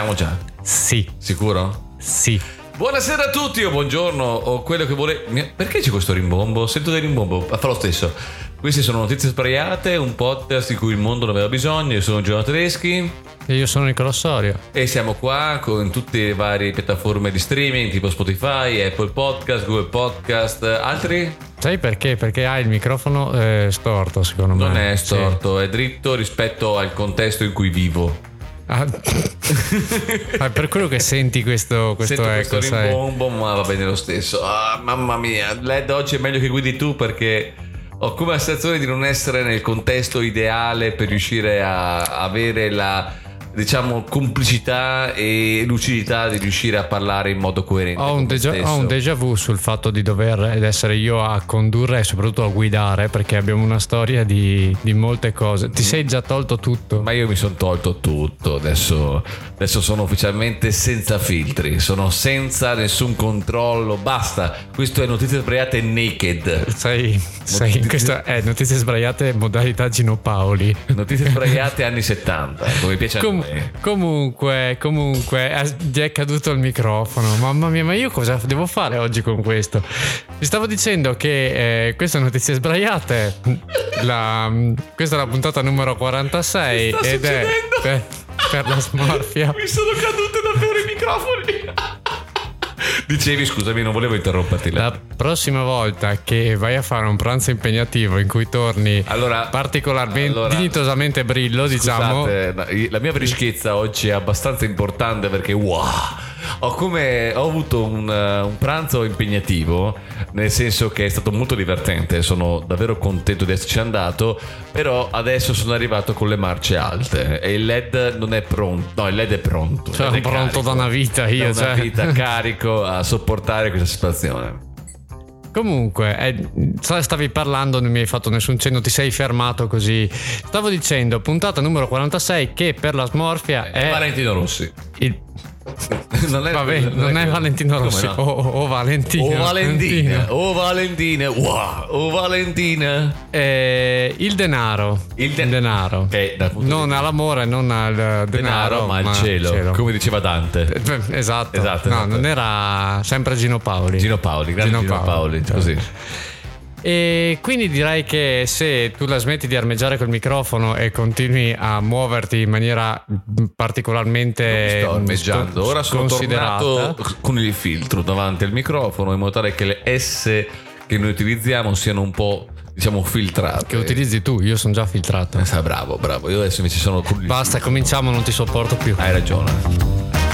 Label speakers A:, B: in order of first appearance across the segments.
A: siamo già?
B: Sì.
A: Sicuro?
B: Sì.
A: Buonasera a tutti o buongiorno o quello che vuole. Perché c'è questo rimbombo? Sento del rimbombo, fa lo stesso. Queste sono Notizie Sbraiate, un podcast di cui il mondo non aveva bisogno. Io sono Giovanni Tedeschi.
B: E io sono Nicola Soria.
A: E siamo qua con tutte le varie piattaforme di streaming tipo Spotify, Apple Podcast, Google Podcast, altri?
B: Sai perché? Perché hai il microfono storto, secondo me.
A: Non è storto, sì. È dritto rispetto al contesto in cui vivo.
B: Per quello che senti questo
A: eco, sai. Rimbombo, ma va bene lo stesso. Mamma mia, Led oggi è meglio che guidi tu perché ho come la sensazione di non essere nel contesto ideale per riuscire a avere la, diciamo, complicità e lucidità di riuscire a parlare in modo coerente.
B: Ho un déjà vu sul fatto di dover essere io a condurre e soprattutto a guidare, perché abbiamo una storia di molte cose. Ti sei già tolto tutto?
A: Ma io mi sono tolto tutto. Adesso sono ufficialmente senza filtri, sono senza nessun controllo. Basta. Questo è Notizie Sbraiate naked.
B: Questo è Notizie Sbraiate modalità Gino Paoli.
A: Notizie Sbraiate anni 70, come piace a me.
B: Comunque gli è caduto il microfono. Mamma mia, ma io cosa devo fare oggi con questo? Vi stavo dicendo che questa è Notizie Sbraiate. Questa è la puntata numero 46 ed è per la smorfia.
A: Mi sono cadute davvero i microfoni. Dicevi, scusami, non volevo interromperti.
B: La prossima volta che vai a fare un pranzo impegnativo in cui torni particolarmente dignitosamente brillo, diciamo.
A: La mia freschezza oggi è abbastanza importante perché ho avuto un pranzo impegnativo, nel senso che è stato molto divertente, sono davvero contento di esserci andato, però adesso sono arrivato con le marce alte e il LED non è pronto. No, il LED è pronto.
B: Sono pronto da una vita vita
A: carico a sopportare questa situazione.
B: Comunque, stavi parlando, non mi hai fatto nessun cenno, ti sei fermato così. Stavo dicendo, puntata numero 46, che per la smorfia è
A: Valentino Rossi.
B: Non è Valentino Rossi.
A: No?
B: O Valentina. Il denaro.
A: Okay,
B: non all'amore, non al denaro,
A: ma al cielo, come diceva Dante.
B: Esatto. No, non era sempre Gino Paoli.
A: Gino Paoli, così.
B: E quindi direi che se tu la smetti di armeggiare col microfono e continui a muoverti in maniera particolarmente
A: sto armeggiando, ora sono tornato con il filtro davanti al microfono in modo tale che le S che noi utilizziamo siano un po', diciamo, filtrate.
B: Che utilizzi tu, io sono già filtrato.
A: Bravo, io adesso invece sono con il
B: basta
A: filtro.
B: Cominciamo, non ti sopporto più.
A: Hai ragione.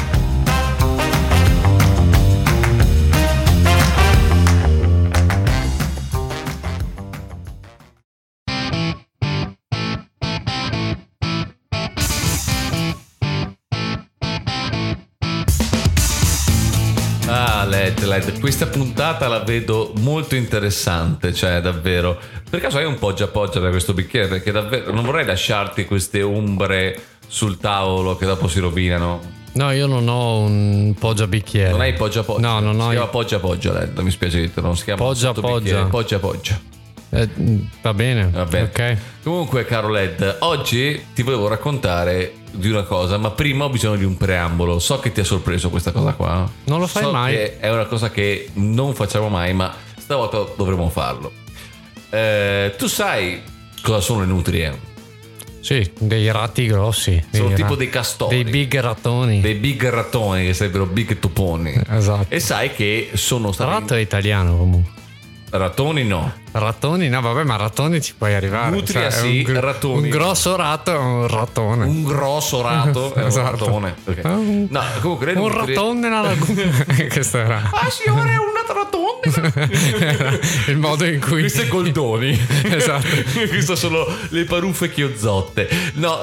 A: LED. Questa puntata la vedo molto interessante, cioè davvero. Per caso hai un poggia per questo bicchiere? Perché davvero non vorrei lasciarti queste ombre sul tavolo che dopo si rovinano.
B: No, io non ho un poggia bicchiere.
A: Non hai poggia?
B: No, non ho.
A: Si chiama poggia LED, mi spiace dirti, non si chiama
B: poggia.
A: Poggia.
B: Va bene. Ok.
A: Comunque, caro LED, oggi ti volevo raccontare di una cosa, ma prima ho bisogno di un preambolo. So che ti ha sorpreso questa cosa qua.
B: Non lo fai mai.
A: Che è una cosa che non facciamo mai, ma stavolta dovremo farlo. Tu sai cosa sono le nutrie?
B: Sì, dei ratti grossi.
A: Sono tipo dei castori.
B: Dei big rattoni.
A: Dei big rattoni, che sarebbero big toponi.
B: Esatto.
A: E sai che sono stati...
B: Ratto è italiano comunque.
A: Rattoni no.
B: Rattoni no, vabbè, ma rattoni ci puoi arrivare.
A: Nutria sì, rattoni.
B: Un grosso ratto è un rattone.
A: Un grosso ratto è un rattone. Okay. No, comunque le nutrie...
B: Un rattone nella laguna. Questo era.
A: Signore, un rattone.
B: Il modo in cui...
A: Questo è Goldoni.
B: Esatto.
A: Questo sono le paruffe chiozzotte. No,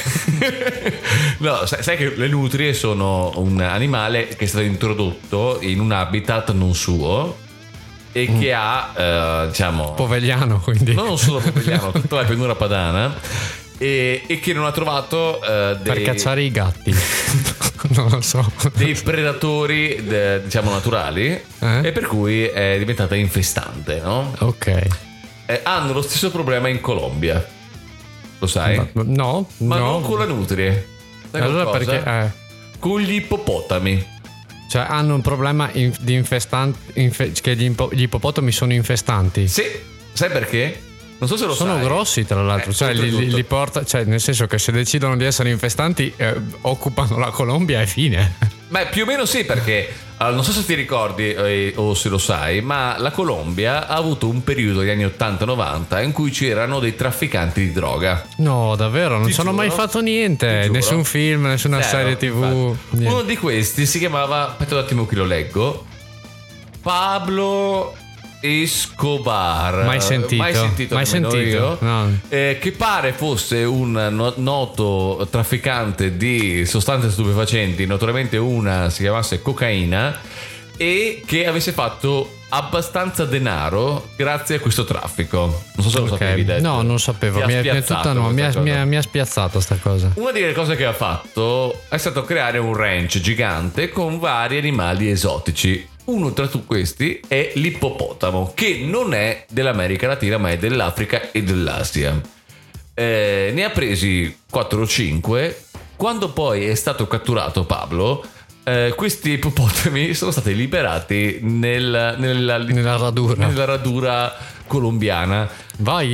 A: no, sai che le nutrie sono un animale che è stato introdotto in un habitat non suo e che ha, diciamo...
B: Povegliano, quindi.
A: Non solo Povegliano, tutta la pianura padana, e che non ha trovato
B: per cacciare i gatti. Non lo so.
A: Dei predatori, diciamo, naturali, e per cui è diventata infestante, no?
B: Ok.
A: Hanno lo stesso problema in Colombia. Lo sai?
B: No.
A: Ma non con le nutrie. Sai
B: allora
A: qualcosa?
B: Perché...
A: con gli ippopotami.
B: Cioè hanno un problema di che gli ippopotami sono infestanti.
A: Sì, sai perché? Non so se lo sai.
B: Sono grossi, tra l'altro, cioè li porta, cioè nel senso che se decidono di essere infestanti occupano la Colombia e fine.
A: Beh, più o meno sì, perché non so se ti ricordi o se lo sai, ma la Colombia ha avuto un periodo negli anni 80-90 in cui c'erano dei trafficanti di droga.
B: No, davvero, non
A: Ti
B: ci hanno
A: giuro?
B: mai fatto niente, nessun film, nessuna serie TV.
A: Infatti. Uno di questi si chiamava, aspetta un attimo che lo leggo, Pablo Escobar.
B: Mai sentito.
A: Io.
B: No.
A: Che pare fosse un noto trafficante di sostanze stupefacenti, notoriamente una si chiamasse cocaina, e che avesse fatto abbastanza denaro grazie a questo traffico. Non so se lo sapevi, detto.
B: No, non sapevo. Mi ha spiazzato sta cosa.
A: Una delle cose che ha fatto è stato creare un ranch gigante con vari animali esotici. Uno tra questi è l'ippopotamo, che non è dell'America Latina ma è dell'Africa e dell'Asia. Ne ha presi 4 o 5. Quando poi è stato catturato Pablo, questi ippopotami sono stati liberati nella radura colombiana.
B: Vai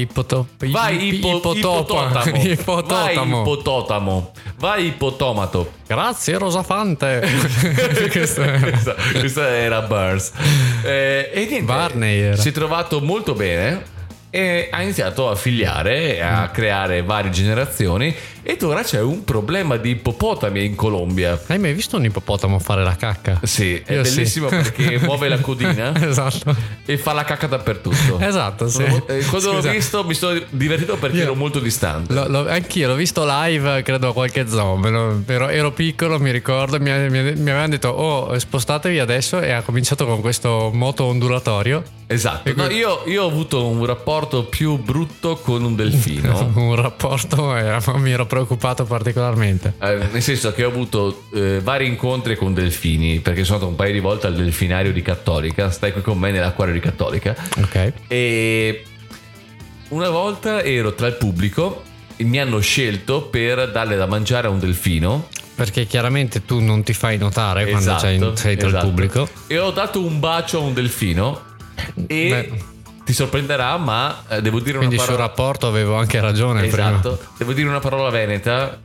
A: ippotomato.
B: Grazie Rosafante.
A: questa era Burns. E niente,
B: Barney era.
A: si è trovato molto bene e ha iniziato a figliare, a creare varie generazioni, ed ora c'è un problema di ippopotami in Colombia.
B: Hai mai visto un ippopotamo fare la cacca?
A: Sì, è
B: Io
A: bellissimo
B: sì.
A: perché muove la codina
B: esatto.
A: e fa la cacca dappertutto.
B: Esatto, sì.
A: Quando l'ho visto mi sono divertito perché ero molto distante.
B: Anch'io l'ho visto live, credo a qualche zoo. Ero piccolo, mi ricordo, mi avevano detto spostatevi adesso, e ha cominciato con questo moto ondulatorio.
A: Esatto. No, io ho avuto un rapporto più brutto con un delfino.
B: Un rapporto, mi ero preoccupato particolarmente.
A: Nel senso che ho avuto vari incontri con delfini, perché sono andato un paio di volte al delfinario di Cattolica. Stai qui con me nell'acquario di Cattolica.
B: Ok.
A: E una volta ero tra il pubblico e mi hanno scelto per darle da mangiare a un delfino.
B: Perché chiaramente tu non ti fai notare quando sei tra il pubblico.
A: E ho dato un bacio a un delfino. E ti sorprenderà, ma devo dire
B: quindi
A: una parola.
B: Sul rapporto avevo anche ragione.
A: Esatto.
B: Prima.
A: Devo dire una parola veneta,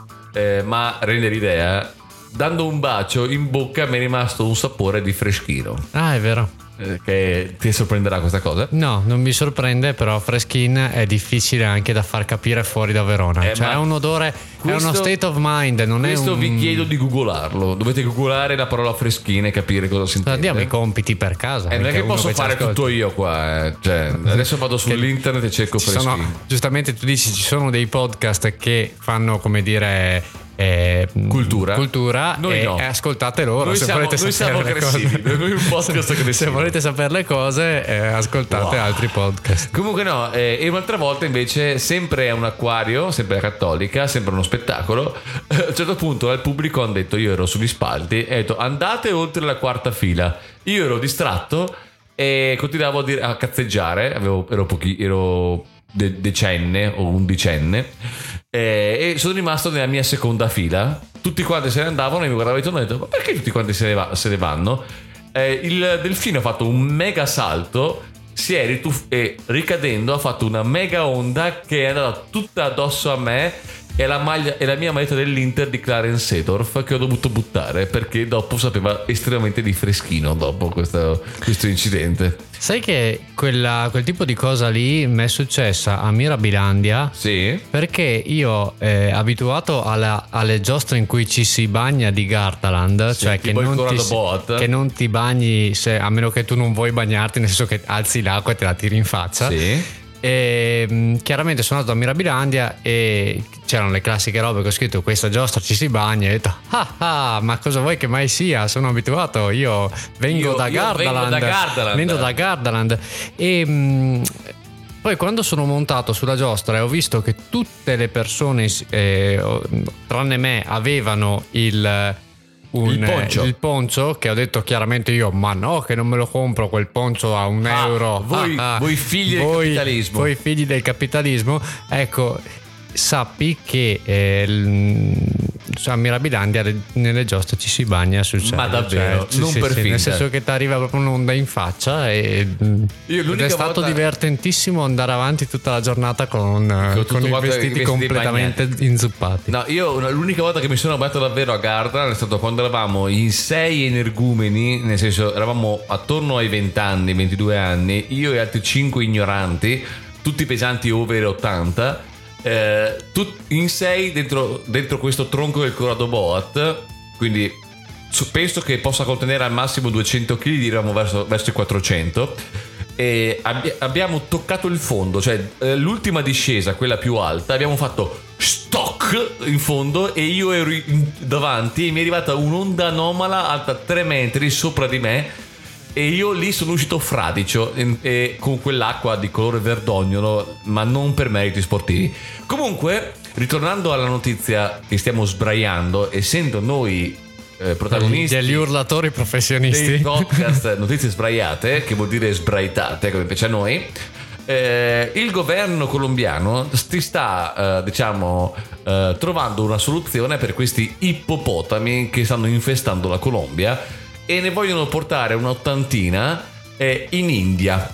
A: ma rende l'idea. Dando un bacio in bocca mi è rimasto un sapore di freschino.
B: Ah, è vero.
A: Che ti sorprenderà questa cosa?
B: No, non mi sorprende, però freschin è difficile anche da far capire fuori da Verona. Cioè è un odore, è uno state of mind, non è
A: questo vi chiedo di googlarlo. Dovete googolare la parola freschin e capire cosa si intende.
B: Diamo i compiti per casa.
A: Non è che posso fare tutto io qua. Cioè, adesso vado sull'internet e cerco freschin.
B: Giustamente tu dici, ci sono dei podcast che fanno, come dire, cultura
A: noi no.
B: E ascoltate loro.
A: Noi siamo aggressivi. Noi un podcast aggressivo.
B: Se volete sapere le cose, ascoltate altri podcast.
A: Comunque no, e un'altra volta invece, sempre a un acquario, sempre a Cattolica, sempre uno spettacolo. A un certo punto al pubblico hanno detto, io ero sugli spalti, e ho detto andate oltre la quarta fila. Io ero distratto e continuavo a cazzeggiare, ero decenne o undicenne, e sono rimasto nella mia seconda fila. Tutti quanti se ne andavano e mi guardavo intorno e ho detto, ma perché tutti quanti se ne vanno? Il delfino ha fatto un mega salto, si è e ricadendo ha fatto una mega onda che è andata tutta addosso a me e la mia maglietta dell'Inter di Clarence Seedorf, che ho dovuto buttare perché dopo sapeva estremamente di freschino dopo questo incidente.
B: Sai che quel tipo di cosa lì mi è successa a Mirabilandia?
A: Sì.
B: Perché io abituato alle giostre in cui ci si bagna di Gardaland,
A: sì,
B: cioè che non ti bagni a meno che tu non vuoi bagnarti, nel senso che alzi l'acqua e te la tiri in faccia.
A: Sì.
B: E chiaramente sono andato a Mirabilandia e c'erano le classiche robe che ho scritto questa giostra ci si bagna, e ho detto ma cosa vuoi che mai sia, sono abituato, io vengo da Gardaland. E poi quando sono montato sulla giostra e ho visto che tutte le persone tranne me avevano il poncio, che ho detto chiaramente io, ma no, che non me lo compro quel poncio a €1.
A: Voi figli del capitalismo.
B: Voi figli del capitalismo. Ecco, sappi che a Mirabilandia nelle giostre ci si bagna sul serio.
A: Ma davvero? Non per finta.
B: Nel senso che ti arriva proprio un'onda in faccia ed è stato divertentissimo andare avanti tutta la giornata con i vestiti completamente inzuppati.
A: No, io l'unica volta che mi sono bagnato davvero a Garda è stato quando eravamo in 6 energumeni, nel senso eravamo attorno ai 20 anni, 22 anni, io e altri 5 ignoranti, tutti pesanti over 80, in 6 dentro questo tronco del Corrado Boat, quindi penso che possa contenere al massimo 200 kg, diremo verso i 400, e abbiamo toccato il fondo, cioè l'ultima discesa, quella più alta, abbiamo fatto stock in fondo e io ero davanti e mi è arrivata un'onda anomala alta 3 metri sopra di me e io lì sono uscito fradicio con quell'acqua di colore verdognolo, ma non per meriti sportivi. Comunque, ritornando alla notizia che stiamo sbraiando, essendo noi protagonisti
B: degli urlatori professionisti
A: dei podcast Notizie Sbraiate, che vuol dire sbraitate come piace a noi, il governo colombiano si sta trovando una soluzione per questi ippopotami che stanno infestando la Colombia e ne vogliono portare un'80 in India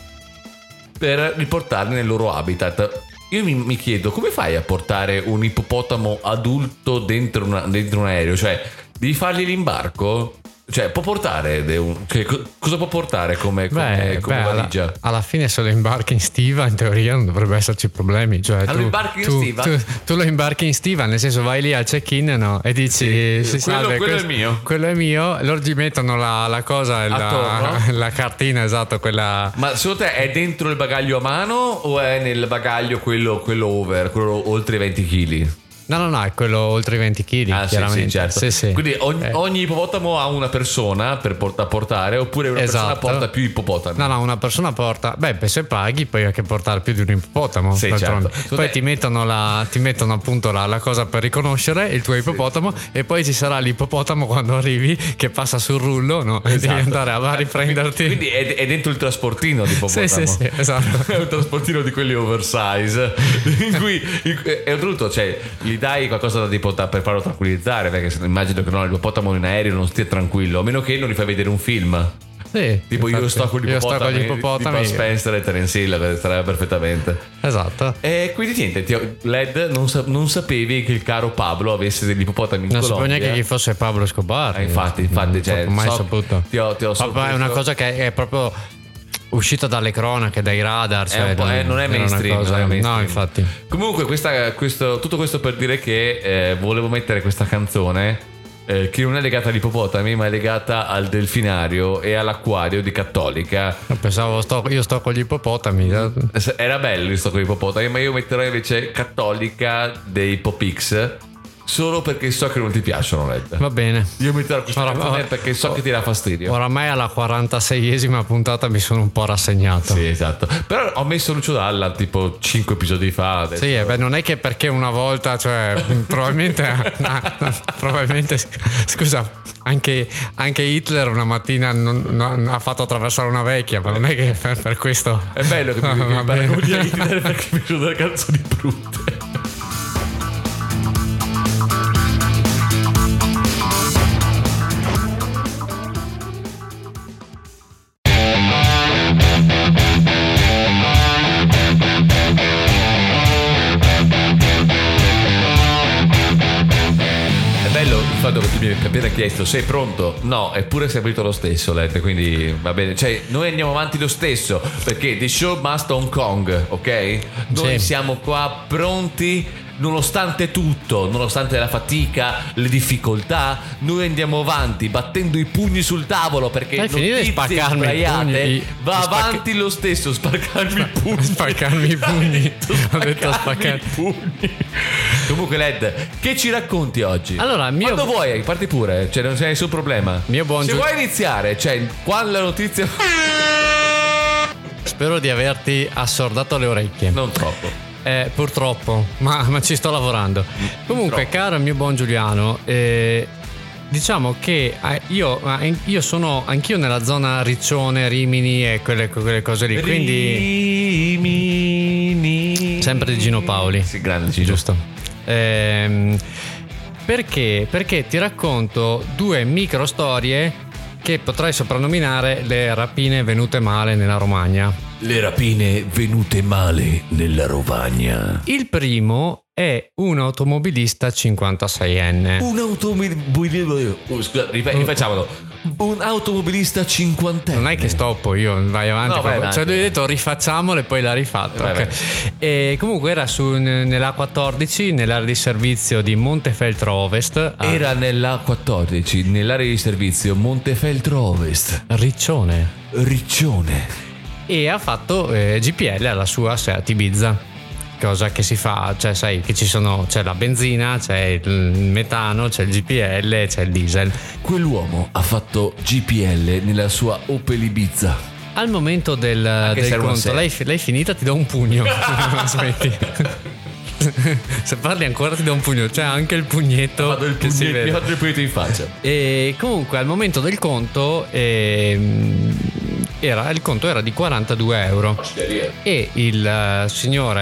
A: per riportarli nel loro habitat. Io mi chiedo, come fai a portare un ippopotamo adulto dentro un aereo? Cioè, devi fargli l'imbarco? Cioè, può portare cosa può portare come valigia?
B: Alla fine, se lo imbarchi in stiva, in teoria non dovrebbe esserci problemi. Cioè,
A: lo imbarchi in stiva?
B: Tu lo imbarchi in stiva, nel senso vai lì al check-in, no? E dici salve,
A: quello è mio.
B: Quello è mio. Loro gli mettono la cosa, la cartina, esatto, quella.
A: Ma secondo te è dentro il bagaglio a mano o è nel bagaglio quello over, quello oltre i 20 kg?
B: No, è quello oltre i 20 kg, chiaramente.
A: Sì, certo.
B: Sì.
A: Quindi ogni ippopotamo ha una persona per portare, oppure una persona porta più ippopotami?
B: No, una persona porta. Se paghi puoi anche portare più di un ippopotamo.
A: Sì, certo.
B: Poi ti mettono appunto la cosa per riconoscere il tuo ippopotamo, e poi ci sarà l'ippopotamo quando arrivi che passa sul rullo, no?
A: Esatto.
B: E devi andare a riprenderti.
A: Quindi è dentro il trasportino di ippopotamo.
B: Sì, esatto.
A: È un trasportino di quelli oversize in cui è oltretutto, cioè, gli dai qualcosa da per farlo tranquillizzare, perché immagino che l'ippopotamo in aereo non stia tranquillo, a meno che non gli fai vedere un film.
B: Sì,
A: tipo
B: infatti,
A: io sto con gli ippopotami tipo Spencer e Terence Hill, sarebbe perfettamente.
B: Esatto.
A: E quindi niente, Led, non sapevi che il caro Pablo avesse degli ippopotami in Colombia.
B: Non sapevo neanche chi fosse Pablo Escobar.
A: Infatti cioè,
B: mai saputo.
A: Ti ho
B: Papà, è una cosa che è proprio uscita dalle cronache, dai radar, cioè
A: non è mainstream,
B: no, infatti.
A: Comunque tutto questo per dire che volevo mettere questa canzone che non è legata agli ippopotami, ma è legata al delfinario e all'acquario di Cattolica.
B: Pensavo io sto con gli ippopotami.
A: Era bello, io sto con gli ippopotami, ma io metterò invece Cattolica dei Popix, solo perché so che non ti piacciono, Led.
B: Va bene.
A: Io metterò questa canzone perché so che ti dà fastidio.
B: Oramai alla 46esima puntata mi sono un po' rassegnato.
A: Sì, esatto. Però ho messo Lucio Dalla tipo 5 episodi fa adesso.
B: Sì, non è che perché una volta, cioè probabilmente scusa, anche Hitler una mattina non ha fatto attraversare una vecchia, ma non è che per questo.
A: È bello che mi paragoni a Hitler perché mi sono delle canzoni brutte. Che tu mi hai appena chiesto sei pronto? No, eppure sei avuto lo stesso, Led, quindi va bene, cioè noi andiamo avanti lo stesso perché the show must Hong Kong, ok? Noi siamo qua pronti nonostante tutto, nonostante la fatica, le difficoltà, noi andiamo avanti battendo i pugni sul tavolo perché notizie sbagliate va avanti lo stesso, sparcarmi i pugni.
B: Spaccarmi i pugni. Ho detto spaccarmi i pugni.
A: Comunque Led, che ci racconti oggi?
B: Allora,
A: quando vuoi, parti pure, cioè non c'è nessun problema. Se vuoi iniziare, cioè quando la notizia.
B: Spero di averti assordato le orecchie.
A: Non troppo.
B: Purtroppo, ma ci sto lavorando. Comunque, caro mio buon Giuliano, diciamo che io sono anch'io nella zona Riccione, Rimini e quelle cose lì. Quindi Rimini. Sempre di Gino Paoli.
A: Sì, grande Gino.
B: Giusto. Perché? Perché ti racconto 2 micro storie che potrei soprannominare le rapine venute male nella Romagna.
A: Le rapine venute male nella Romagna.
B: Il primo è un automobilista 56enne.
A: Rifacciamolo. Un automobilista cinquantenne.
B: Non è che stoppo io, vai avanti.
A: No, vai
B: proprio.
A: avanti.
B: Cioè, lui ha detto rifacciamolo e poi l'ha rifatto.
A: Vai,
B: Ok. E comunque era nella A14, nell'area di servizio di Montefeltro Ovest.
A: Era nella 14, nell'area di servizio Montefeltro Ovest,
B: Riccione.
A: Riccione.
B: E ha fatto GPL alla sua Seat Ibiza. Cosa che si fa, cioè sai che c'è la benzina, c'è il metano, c'è il GPL, c'è il diesel.
A: Quell'uomo ha fatto GPL nella sua Opel Ibiza.
B: Al momento del
A: serve una
B: conto,
A: serie.
B: l'hai finita, ti do un pugno. Aspetti. Se parli ancora ti do un pugno, c'è anche il pugnetto.
A: Vado il
B: che si
A: pugnetto,
B: vede.
A: mi faccio il pugnetto in faccia.
B: E comunque al momento del conto il conto era di 42 euro e il signor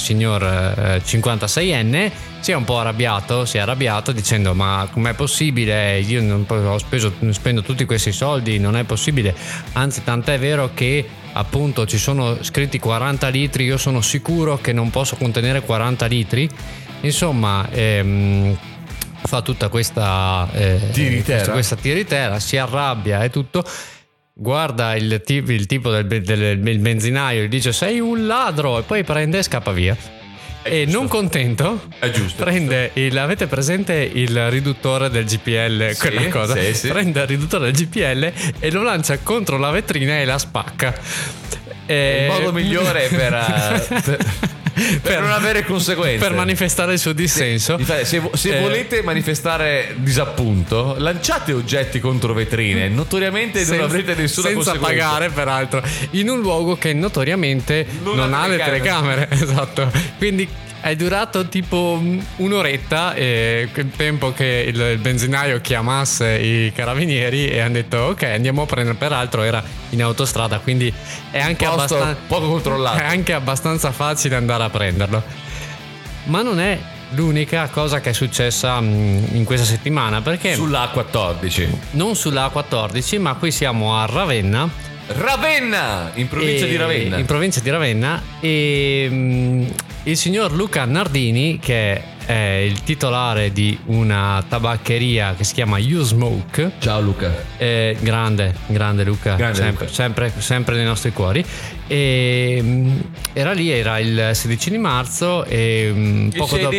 B: 56enne si è un po' arrabbiato, dicendo ma com'è possibile, io spendo tutti questi soldi, non è possibile, anzi tant'è vero che appunto ci sono scritti 40 litri, io sono sicuro che non posso contenere 40 litri, insomma fa tutta questa tiritera, si arrabbia e tutto. Guarda il tipo del benzinaio e dice sei un ladro e poi prende e scappa via. E non contento,
A: è giusto,
B: prende avete presente il riduttore del GPL,
A: sì,
B: quella cosa?
A: Sì.
B: Prende il riduttore del GPL e lo lancia contro la vetrina e la spacca.
A: Il modo migliore per non avere conseguenze,
B: per manifestare il suo dissenso.
A: Se volete manifestare disappunto, lanciate oggetti contro vetrine, notoriamente non avrete nessuna
B: senza
A: conseguenza.
B: pagare peraltro, in un luogo che notoriamente non ha le telecamere. Esatto, quindi è durato tipo un'oretta, il tempo che il benzinaio chiamasse i carabinieri e hanno detto ok, andiamo a prendere. Peraltro era in autostrada, quindi è anche
A: poco controllato,
B: è anche abbastanza facile andare a prenderlo. Ma non è l'unica cosa che è successa in questa settimana, perché
A: sulla A14,
B: non sulla A14, ma qui siamo a Ravenna, in provincia di Ravenna, e il signor Luca Nardini, che è il titolare di una tabaccheria che si chiama You Smoke.
A: Ciao Luca.
B: Grande Luca, sempre nei nostri cuori. E era il 16 di marzo e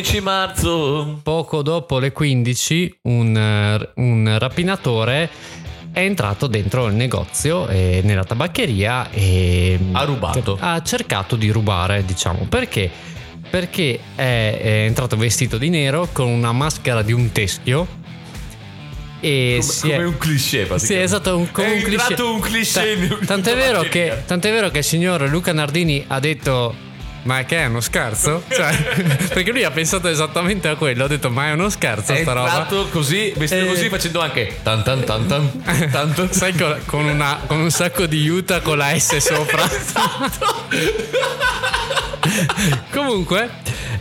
B: poco dopo le 15 un rapinatore è entrato dentro il negozio nella tabaccheria e ha cercato di rubare, diciamo. Perché è entrato vestito di nero con una maschera di un teschio e
A: come un cliché,
B: sì, esatto, un cliché. Tant'è vero che il signor Luca Nardini ha detto ma che è uno scherzo? Cioè, perché lui ha pensato esattamente a quello, ha detto ma è uno scherzo sta roba?
A: È entrato così, vestito così, facendo anche tan tan tan tan tanto.
B: Sai, con un sacco di Utah con la S sopra. Comunque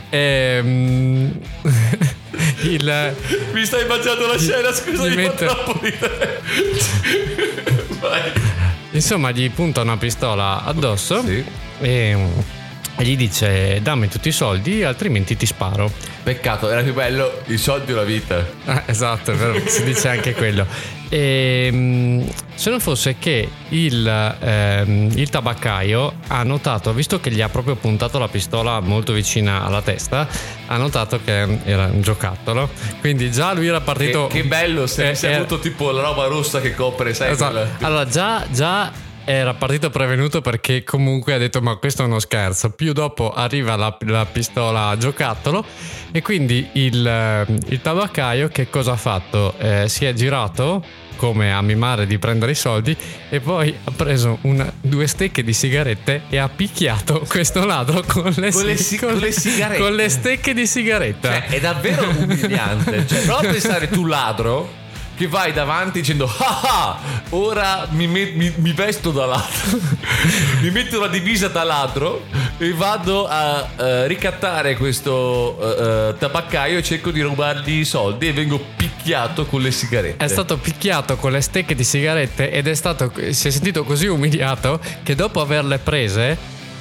A: mi stai immaginando la scena, scusa, mi fa troppo ridere. Vai.
B: Insomma, gli punta una pistola addosso, sì, e gli dice dammi tutti i soldi altrimenti ti sparo.
A: Peccato, era più bello i soldi o la vita.
B: Esatto, è vero, si dice anche quello. E se non fosse che il tabaccaio ha notato, visto che gli ha proprio puntato la pistola molto vicina alla testa, ha notato che era un giocattolo, quindi già lui era partito.
A: Che bello, se si è avuto tipo la roba rossa che copre, sai?
B: Esatto. Allora già era partito prevenuto, perché comunque ha detto ma questo è uno scherzo. Più dopo arriva la pistola a giocattolo e quindi il tabaccaio che cosa ha fatto? Si è girato come a mimare di prendere i soldi e poi ha preso 2 stecche di sigarette e ha picchiato questo ladro con le sigarette, con le stecche di sigaretta.
A: Cioè, è davvero umiliante. Cioè, prova a pensare, tu ladro che vai davanti dicendo ora mi vesto da ladro, mi metto la divisa da ladro, e vado a ricattare questo tabaccaio e cerco di rubargli i soldi e vengo picchiato con le sigarette.
B: È stato picchiato con le stecche di sigarette ed si è sentito così umiliato che dopo averle prese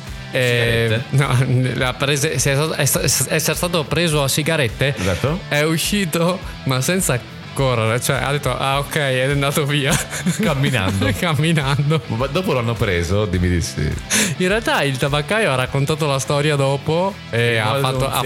B: essere stato preso a sigarette,
A: Esatto.
B: è uscito ma senza correre, cioè ha detto ok, ed è andato via
A: Camminando. Ma dopo l'hanno preso, dimmi di sì.
B: In realtà il tabaccaio ha raccontato la storia dopo e ha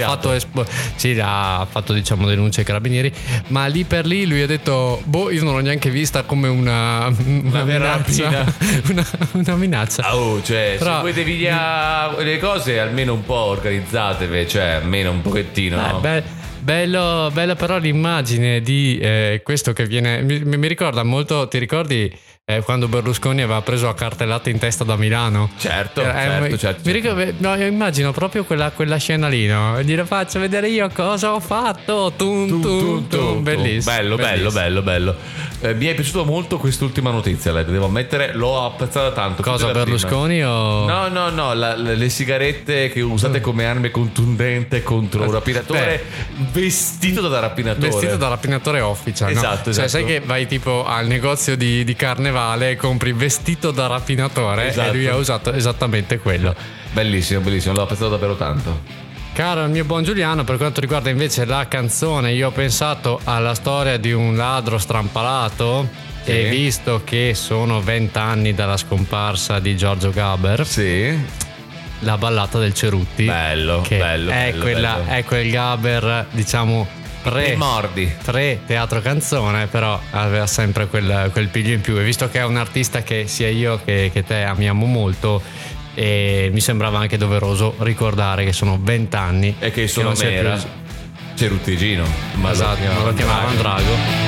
B: fatto diciamo denuncia ai carabinieri, ma lì per lì lui ha detto io non l'ho neanche vista come una minaccia. una minaccia.
A: Cioè,
B: però,
A: se volete via le cose almeno un po' organizzatevi, cioè almeno un pochettino, no?
B: Bello però l'immagine di questo che viene mi ricorda molto, ti ricordi quando Berlusconi aveva preso a cartellate in testa da Milano?
A: Certo.
B: Mi ricordo, io immagino proprio quella scena lì, no? E glielo faccio vedere io cosa ho fatto. Bellissimo.
A: Bello. Mi è piaciuto molto quest'ultima notizia, Led, devo ammettere, l'ho apprezzata tanto.
B: Cosa, Berlusconi
A: prima.
B: o...
A: No, le sigarette che usate come armi contundente contro un rapinatore vestito da rapinatore
B: official,
A: esatto,
B: no? Cioè sai che vai tipo al negozio di carnevale e compri vestito da rapinatore, esatto. E lui ha usato esattamente quello.
A: Bellissimo, l'ho apprezzato davvero tanto.
B: Caro il mio buon Giuliano, per quanto riguarda invece la canzone, io ho pensato alla storia di un ladro strampalato. Sì. E visto che sono 20 anni dalla scomparsa di Giorgio Gaber,
A: sì,
B: la ballata del Cerutti,
A: bello.
B: È quel Gaber, diciamo, pre-teatro canzone, però aveva sempre quel piglio in più. E visto che è un artista che sia io che te amiamo molto, e mi sembrava anche doveroso ricordare che sono 20 anni
A: e che sono era Ceruttigino,
B: esatto, lo chiamavano Drago.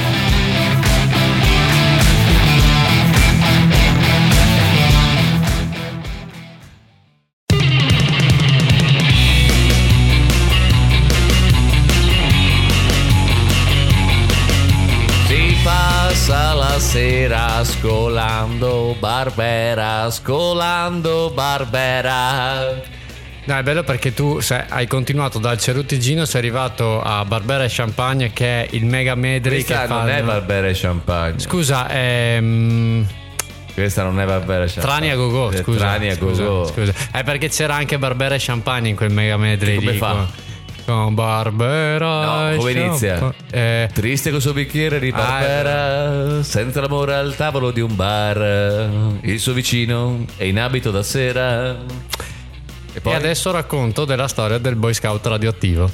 A: La sera scolando Barbera.
B: No, è bello perché tu hai continuato dal Ceruttigino, sei arrivato a Barbera e Champagne, che è il mega medley.
A: Questa non è Barbera e Champagne.
B: Scusa,
A: questa non è Barbera e Champagne.
B: Trani a go-go, scusa. È perché c'era anche Barbera e Champagne in quel mega medley.
A: Come fa?
B: Con Barbera.
A: No, come inizia? Triste questo bicchiere di Barbera, senza l'amore al tavolo di un bar. Il suo vicino è in abito da sera.
B: E adesso racconto della storia del Boy Scout radioattivo.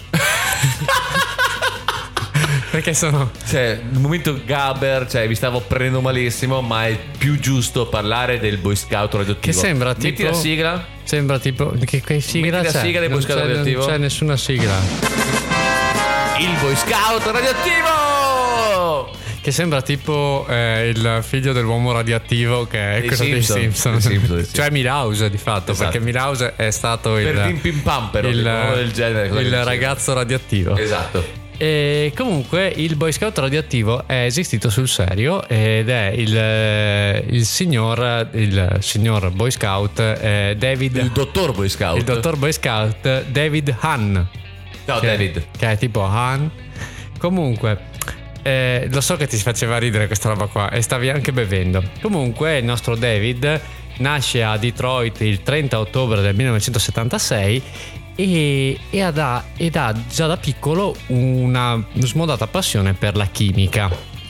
B: Perché sono...
A: Cioè, nel momento Gaber, vi stavo prendendo malissimo, ma è più giusto parlare del Boy Scout radioattivo.
B: Che sembra tipo...
A: Metti la sigla.
B: Sembra tipo... Che sigla
A: Metti
B: c'è?
A: la sigla del Boy Scout radioattivo.
B: Non c'è nessuna sigla.
A: Il Boy Scout radioattivo!
B: Che sembra tipo il figlio dell'uomo radioattivo, che è quello dei Simpson. Cioè Milhouse di fatto, esatto. Perché Milhouse è stato il ragazzo radioattivo.
A: Esatto.
B: E comunque il Boy Scout radioattivo è esistito sul serio ed è il signor Boy Scout David,
A: il dottor Boy
B: Scout David Hahn.
A: Ciao David.
B: Che è tipo Han. Comunque lo so che ti faceva ridere questa roba qua e stavi anche bevendo. Comunque il nostro David nasce a Detroit il 30 ottobre del 1976 e ha già da piccolo una smodata passione per la chimica.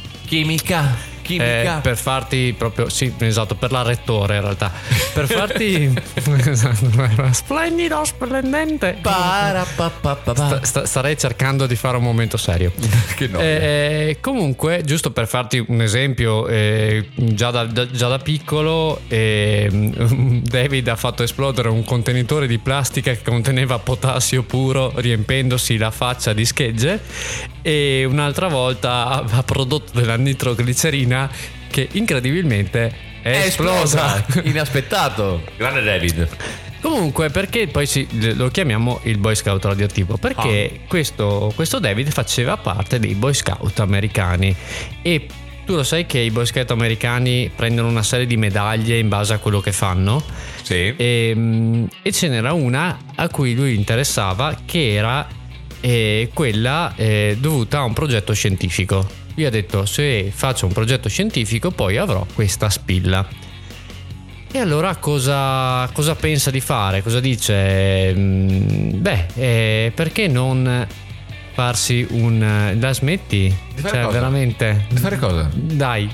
B: Per farti proprio, sì, esatto, per la rettore in realtà. Per farti splendido, splendente. Starei cercando di fare un momento serio.
A: Che noia.
B: Comunque, giusto per farti un esempio, già da piccolo David ha fatto esplodere un contenitore di plastica che conteneva potassio puro, riempendosi la faccia di schegge, e un'altra volta ha prodotto della nitroglicerina che incredibilmente è esplosa.
A: Inaspettato. Grande David.
B: Comunque, perché poi lo chiamiamo il Boy Scout radioattivo? Perché questo David faceva parte dei Boy Scout americani, e tu lo sai che i Boy Scout americani prendono una serie di medaglie in base a quello che fanno?
A: Sì.
B: E ce n'era una a cui lui interessava, che era quella dovuta a un progetto scientifico. Io ho detto: se faccio un progetto scientifico poi avrò questa spilla. E allora cosa pensa di fare? Cosa dice? Perché non farsi un... La smetti?
A: Di fare
B: Cioè
A: cosa?
B: Veramente?
A: Di fare cosa?
B: Dai.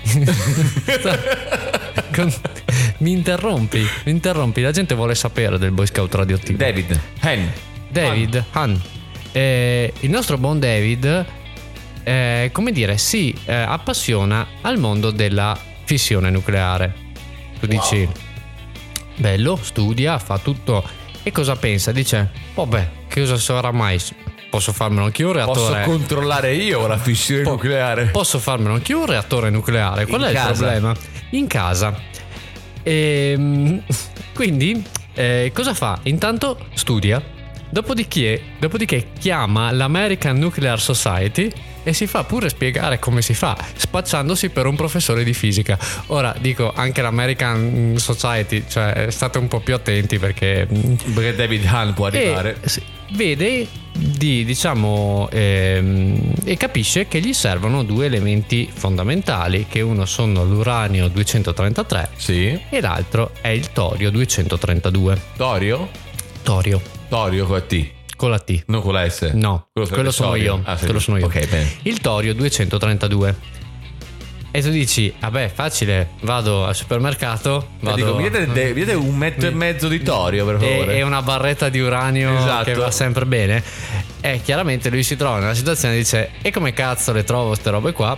B: Mi interrompi, la gente vuole sapere del Boy Scout radioattivo. David Han. Il nostro buon David, come dire, si appassiona al mondo della fissione nucleare. Tu dici, bello, studia, fa tutto. E cosa pensa? Dice, vabbè, che cosa sarà mai? Posso farmelo anch'io un reattore?
A: Posso controllare io la fissione nucleare?
B: Posso farmelo anch'io un reattore nucleare? Qual è il problema? In casa. Quindi cosa fa? Intanto studia, dopodiché chiama l'American Nuclear Society e si fa pure spiegare come si fa, spacciandosi per un professore di fisica. Ora dico, anche l'American Society, cioè state un po' più attenti perché
A: David Han può arrivare.
B: Vede e capisce che gli servono due elementi fondamentali, che uno sono l'uranio 233,
A: sì,
B: e l'altro è il torio 232.
A: Torio con la T,
B: con la T,
A: non con la S.
B: No, quello sono io. Quello sono io.
A: Ok, bene.
B: Il torio 232. E tu dici, vabbè, facile, vado al supermercato,
A: Dico, mi dite 1,5 metri di torio, per favore.
B: E una barretta di uranio, esatto, che va sempre bene. E chiaramente lui si trova nella situazione e dice, e come cazzo le trovo ste robe qua?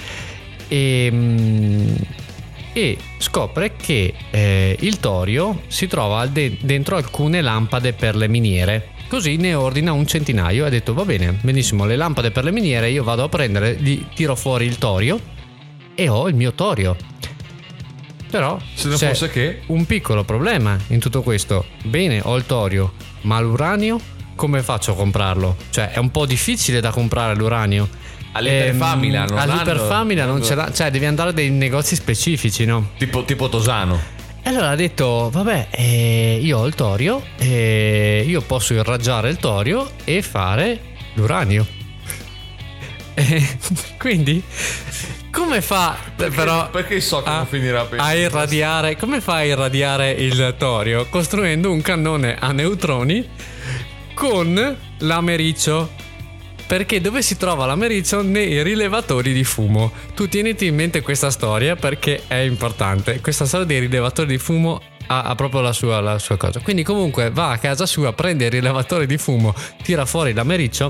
B: E scopre che il torio si trova dentro alcune lampade per le miniere. Così ne ordina un centinaio e ha detto, va bene, benissimo, le lampade per le miniere io vado a prendere, gli tiro fuori il torio e ho il mio torio. Però
A: se non fosse che
B: un piccolo problema in tutto questo. Bene, ho il torio, ma l'uranio come faccio a comprarlo? Cioè è un po' difficile da comprare l'uranio.
A: All'Iperfamila
B: non ce l'ha, cioè devi andare a dei negozi specifici, no?
A: Tipo Tosano.
B: E allora ha detto, vabbè, io ho il torio, io posso irraggiare il torio e fare l'uranio. Quindi come fa
A: perché so come finirà
B: a irradiare? Come fa a irradiare il torio? Costruendo un cannone a neutroni con l'americcio. Perché dove si trova l'americcio? Nei rilevatori di fumo. Tu tieniti in mente questa storia perché è importante. Questa storia dei rilevatori di fumo ha proprio la sua cosa. Quindi comunque va a casa sua, prende il rilevatore di fumo, tira fuori l'americcio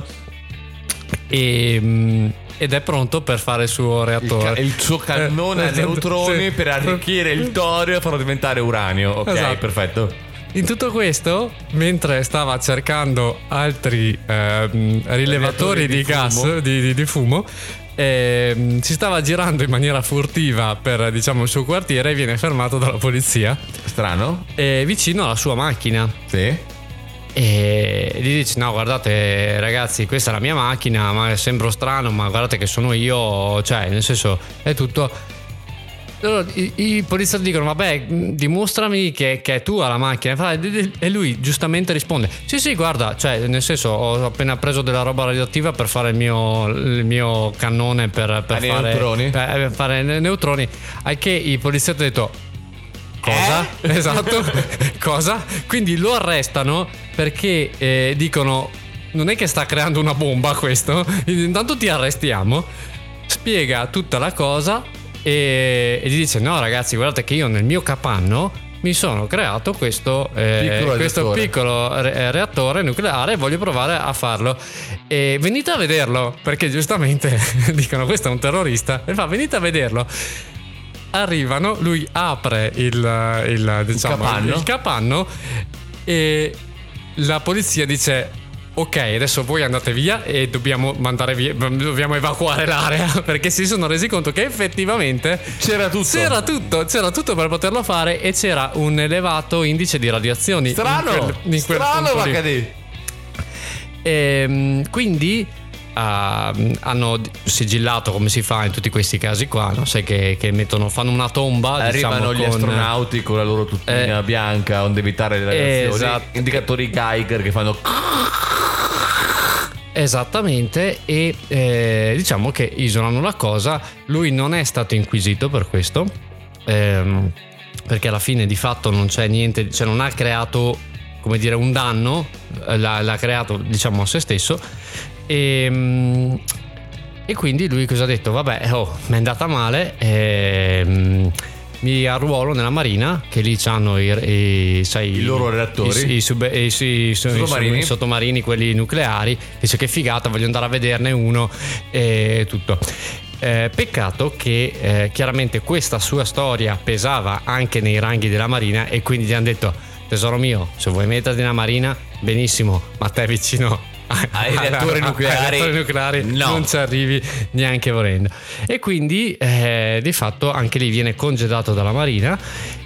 B: ed è pronto per fare il suo reattore,
A: il suo cannone a neutroni per arricchire il torio e farlo diventare uranio. Ok, esatto. Perfetto.
B: In tutto questo, mentre stava cercando altri rilevatori di gas di fumo, si stava girando in maniera furtiva per, diciamo, il suo quartiere e viene fermato dalla polizia.
A: Strano.
B: Vicino alla sua macchina.
A: Sì.
B: E gli dice, no, guardate ragazzi, questa è la mia macchina, ma sembro strano, ma guardate che sono io, cioè nel senso è tutto. Allora, i poliziotti dicono, vabbè, dimostrami che è tua la macchina. E lui giustamente risponde, sì guarda, cioè nel senso ho appena preso della roba radioattiva per fare il mio cannone per fare neutroni. Al che i poliziotti hanno detto, cosa? Esatto. Cosa? Quindi lo arrestano perché dicono, non è che sta creando una bomba questo, intanto ti arrestiamo. Spiega tutta la cosa e gli dice, no ragazzi, guardate che io nel mio capanno mi sono creato questo piccolo reattore nucleare e voglio provare a farlo, e venite a vederlo, perché giustamente dicono questo è un terrorista, e fa, venite a vederlo. Arrivano, lui apre il capanno e la polizia dice, ok, adesso voi andate via e dobbiamo evacuare l'area, perché si sono resi conto che effettivamente c'era tutto per poterlo fare e c'era un elevato indice di radiazioni.
A: Strano,
B: in quel punto lì.
A: HD.
B: Quindi hanno sigillato, come si fa in tutti questi casi qua, no? Sai che fanno una tomba,
A: arrivano
B: diciamo,
A: gli astronauti con la loro tutina bianca onde evitare le radiazioni,
B: esatto.
A: indicatori Geiger che fanno
B: esattamente, e diciamo che isolano la cosa. Lui non è stato inquisito per questo, perché alla fine di fatto non c'è niente, cioè non ha creato, come dire, un danno, l'ha creato, diciamo, a se stesso, e quindi lui cosa ha detto? Vabbè, mi è andata male, mi arruolo nella marina, che lì c'hanno i loro reattori, i sottomarini, quelli nucleari. Dice che figata, voglio andare a vederne uno e tutto. Peccato che chiaramente questa sua storia pesava anche nei ranghi della marina, e quindi gli hanno detto: tesoro mio, se vuoi metterti nella marina, benissimo, ma te vicino ai reattori nucleari no, non ci arrivi neanche volendo. E quindi di fatto anche lì viene congedato dalla marina.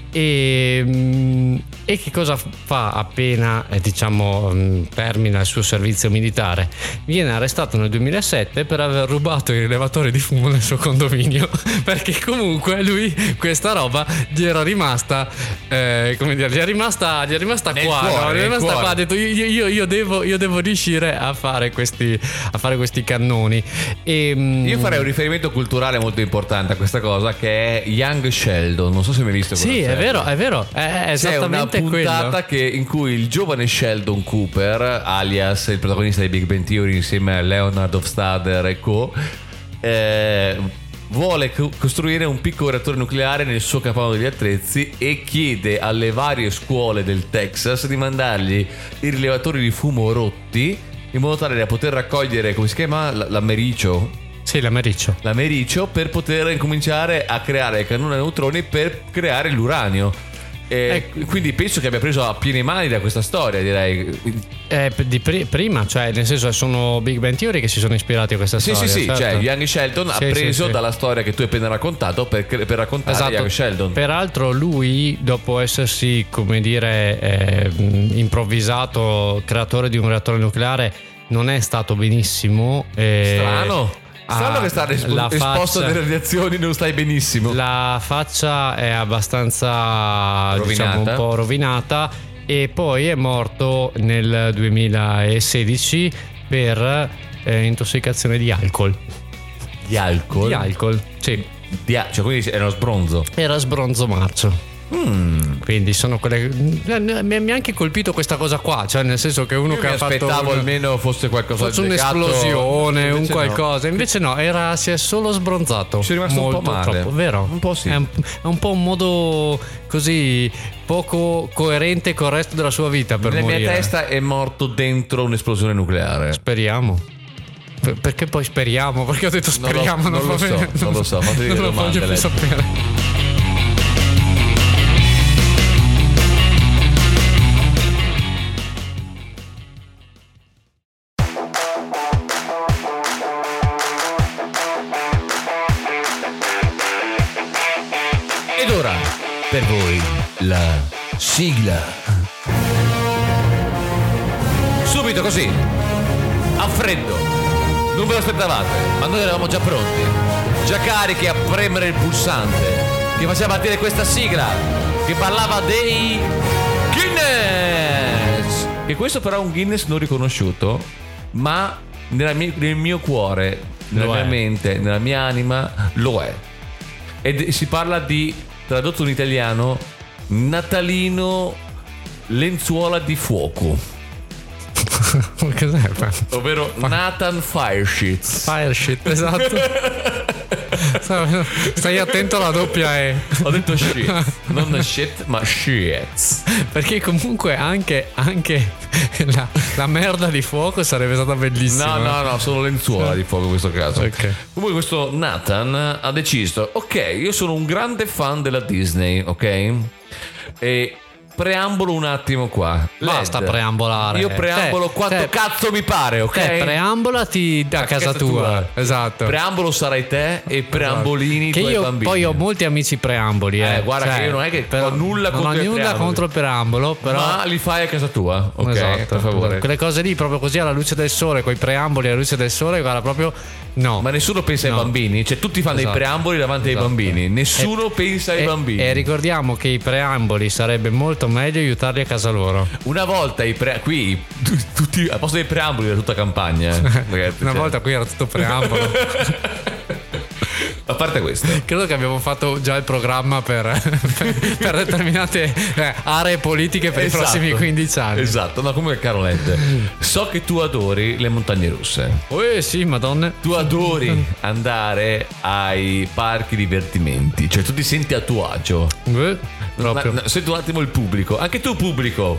B: E che cosa fa appena termina il suo servizio militare? Viene arrestato nel 2007 per aver rubato il rilevatore di fumo nel suo condominio, perché comunque lui questa roba gli era rimasta gli è rimasta qua, ha detto io devo riuscire a fare questi cannoni.
A: Io farei un riferimento culturale molto importante a questa cosa, che è Young Sheldon. Non so se mi hai visto quella serie.
B: È vero, è esattamente
A: una puntata in cui il giovane Sheldon Cooper, alias il protagonista di Big Bang Theory insieme a Leonard Hofstadter e co, vuole costruire un piccolo reattore nucleare nel suo capanno degli attrezzi e chiede alle varie scuole del Texas di mandargli i rilevatori di fumo rotti, in modo tale da poter raccogliere, come si chiama, l'americio.
B: Sì, l'americio, per poter incominciare a creare il cannone a neutroni per creare l'uranio. Quindi penso che abbia preso a piene mani da questa storia, direi. Prima, cioè, nel senso, sono Big Bang Theory che si sono ispirati a questa storia.
A: Sì,
B: certo.
A: Cioè Young Sheldon ha preso dalla storia che tu hai appena raccontato per raccontare Young Sheldon.
B: Peraltro lui, dopo essersi, come dire, improvvisato creatore di un reattore nucleare, non è stato benissimo.
A: Strano che sta esposto a delle radiazioni, non stai benissimo.
B: La faccia è abbastanza un po' rovinata, e poi è morto nel 2016 per intossicazione di alcol.
A: Di alcol?
B: Di alcol, sì.
A: Cioè, quindi era sbronzo.
B: Era sbronzo marcio. Quindi sono quelle. Mi ha anche colpito questa cosa qua, cioè nel senso che uno che ha fatto.
A: Aspettavo almeno fosse qualcosa di
B: un'esplosione, un qualcosa. Invece no, si è solo sbronzato.
A: Ci è rimasto
B: molto
A: un po' male.
B: Troppo, vero?
A: Un po' sì.
B: È un po' un modo così poco coerente con il resto della sua vita per morire.
A: Nella mia testa è morto dentro un'esplosione nucleare.
B: Speriamo. Perché poi speriamo? Perché ho detto speriamo,
A: non lo so, fate delle domande.
B: Non lo voglio più sapere.
A: Ed ora, per voi, la sigla. Subito così, a freddo. Non ve lo aspettavate, ma noi eravamo già pronti, già carichi a premere il pulsante che faceva partire questa sigla, che parlava dei Guinness. E questo però è un Guinness non riconosciuto, ma nel mio cuore, nella mia mente, nella mia anima, lo è. Ed si parla di, tradotto in italiano, natalino lenzuola di fuoco.
B: Cos'è?
A: Ovvero Nathan Fireshits.
B: Fireshit, esatto. Stai attento alla doppia E.
A: Ho detto shit, non shit ma shits.
B: Perché comunque anche la merda di fuoco sarebbe stata bellissima.
A: No, solo lenzuola di fuoco in questo caso.
B: Okay.
A: Comunque questo Nathan ha deciso: ok, io sono un grande fan della Disney, ok? E preambolo un attimo qua.
B: Basta
A: LED.
B: preambolare.
A: Io preambolo quanto cazzo mi pare, ok?
B: Preambolati da casa tua. Esatto.
A: Preambolo sarai te e preambolini
B: che
A: tuoi
B: io
A: bambini.
B: Poi ho molti amici preamboli.
A: Guarda che io non è che ho nulla contro
B: non ho nulla contro il preambolo, però
A: ma li fai a casa tua, ok?
B: Esatto,
A: per favore.
B: Quelle cose lì proprio così alla luce del sole, coi preamboli alla luce del sole, guarda proprio no.
A: Ma nessuno pensa ai bambini, cioè tutti fanno dei preamboli davanti ai bambini, nessuno pensa ai bambini.
B: E ricordiamo che i preamboli sarebbe molto meglio aiutarli a casa loro.
A: Una volta qui tutti a posto dei preamboli era tutta campagna.
B: Una volta qui era tutto preambolo.
A: A parte questo,
B: credo che abbiamo fatto già il programma per determinate aree politiche per i prossimi 15 anni.
A: Esatto, no, comunque caro Led, so che tu adori le montagne russe.
B: Sì, madonna.
A: Tu adori andare ai parchi divertimenti, cioè tu ti senti a tuo agio.
B: Proprio.
A: Senti un attimo il pubblico, anche tu pubblico.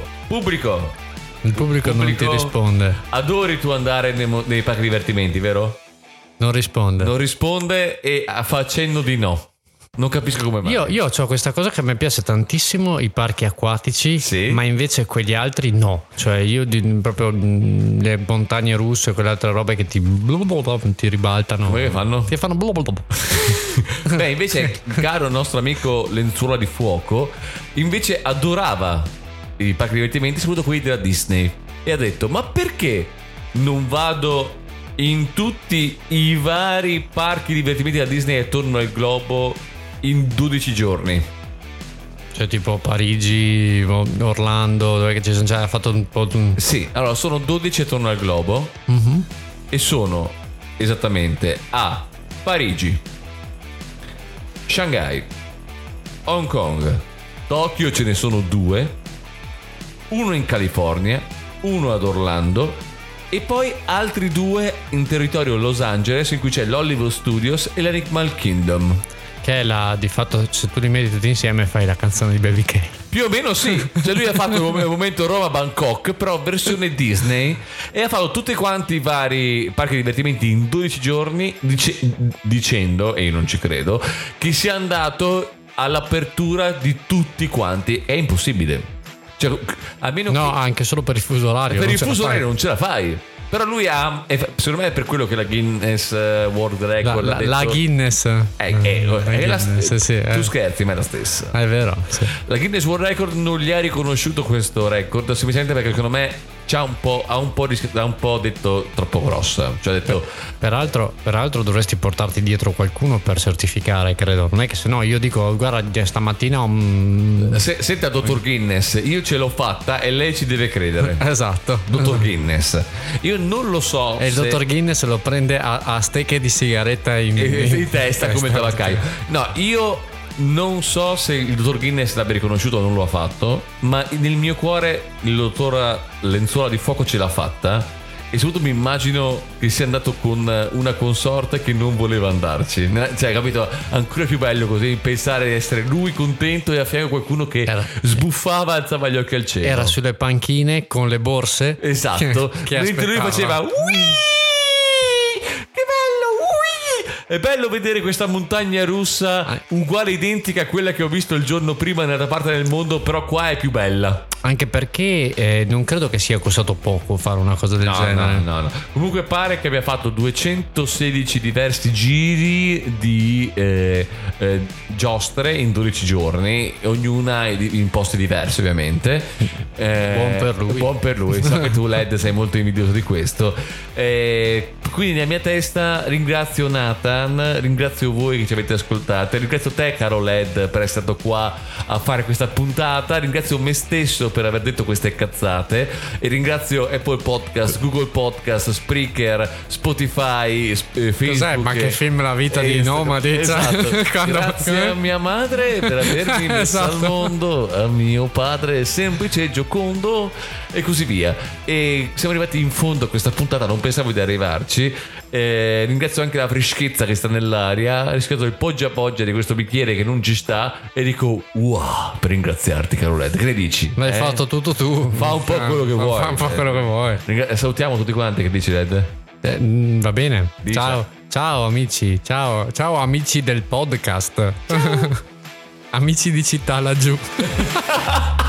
B: Il pubblico non ti risponde.
A: Adori tu andare nei parchi divertimenti, vero?
B: Non risponde
A: e fa accenno di no. Non capisco come mai.
B: Io ho questa cosa che a me piace tantissimo, i parchi acquatici,
A: sì?
B: Ma invece quegli altri no. Cioè io proprio le montagne russe e quelle altre robe che ti ribaltano.
A: Come fanno?
B: Ti fanno
A: Beh, invece caro nostro amico Lenzuola di Fuoco invece adorava i parchi divertimenti, soprattutto quelli della Disney, e ha detto: ma perché non vado in tutti i vari parchi divertimenti della Disney attorno al globo in 12 giorni?
B: Cioè tipo Parigi, Orlando, dove ci sono già fatto un po'.
A: Sì, allora sono 12 attorno al globo, e sono esattamente a Parigi, Shanghai, Hong Kong, Tokyo, ce ne sono 2, uno in California, uno ad Orlando e poi altri 2 in territorio Los Angeles, in cui c'è l'Hollywood Studios e l'Animal Kingdom,
B: che è di fatto, se tu li metti tutti insieme fai la canzone di Baby K.
A: Più o meno sì, cioè lui ha fatto il momento Roma-Bangkok, però versione Disney, e ha fatto tutti quanti i vari parchi di divertimenti in 12 giorni dicendo, e io non ci credo, che sia andato all'apertura di tutti quanti. È impossibile. Cioè, almeno
B: anche solo per il fuso orario.
A: Per il fuso orario non ce la fai. Però lui secondo me è per quello che la Guinness World Record ha detto,
B: la Guinness
A: è la stessa.
B: Sì,
A: tu scherzi, ma è la stessa.
B: È vero, sì.
A: La Guinness World Record non gli ha riconosciuto questo record semplicemente perché secondo me ha un po' detto troppo grossa. Cioè ha detto
B: peraltro dovresti portarti dietro qualcuno per certificare, credo. Non è che se no io dico guarda stamattina
A: senta dottor Guinness, io ce l'ho fatta e lei ci deve credere.
B: Esatto.
A: Dottor Guinness, io non lo so
B: e il dottor Guinness lo prende a stecche di sigaretta
A: in testa come tabaccaio. No, io non so se il dottor Guinness l'abbia riconosciuto o non lo ha fatto, ma nel mio cuore il dottor Lenzuola di Fuoco ce l'ha fatta, e soprattutto mi immagino che sia andato con una consorte che non voleva andarci. Cioè, capito? Ancora più bello così, pensare di essere lui contento e a fianco qualcuno che sbuffava, alzava gli occhi al cielo.
B: Era sulle panchine con le borse.
A: Esatto.
B: che
A: mentre lui faceva è bello vedere questa montagna russa uguale, identica a quella che ho visto il giorno prima nella parte del mondo, però qua è più bella.
B: Anche perché non credo che sia costato poco fare una cosa del genere.
A: No. Comunque pare che abbia fatto 216 diversi giri di giostre in 12 giorni, ognuna in posti diversi ovviamente. Buon per lui. So che tu Led sei molto invidioso di questo. Quindi nella mia testa ringrazio Nathan, ringrazio voi che ci avete ascoltato, ringrazio te caro Led per essere stato qua a fare questa puntata, ringrazio me stesso per aver detto queste cazzate, e ringrazio Apple Podcast, Google Podcast, Spreaker, Spotify, Facebook.
B: Cos'è? Ma che film La vita di nomadi?
A: Esatto. Grazie a mia madre per avermi messo al mondo, a mio padre semplice e giocondo, e così via. E siamo arrivati in fondo a questa puntata, non pensavo di arrivarci. Ringrazio anche la freschezza che sta nell'aria, rischiato il poggia poggia di questo bicchiere che non ci sta, e dico wow per ringraziarti caro Led. Che ne dici?
B: L'hai fatto tutto tu.
A: Fa un po' quello che vuoi.
B: Fa un po' quello che vuoi.
A: Salutiamo tutti quanti. Che dici Led?
B: Va bene.
A: Dice.
B: Ciao amici. Ciao amici del podcast. Ciao. Amici di città laggiù.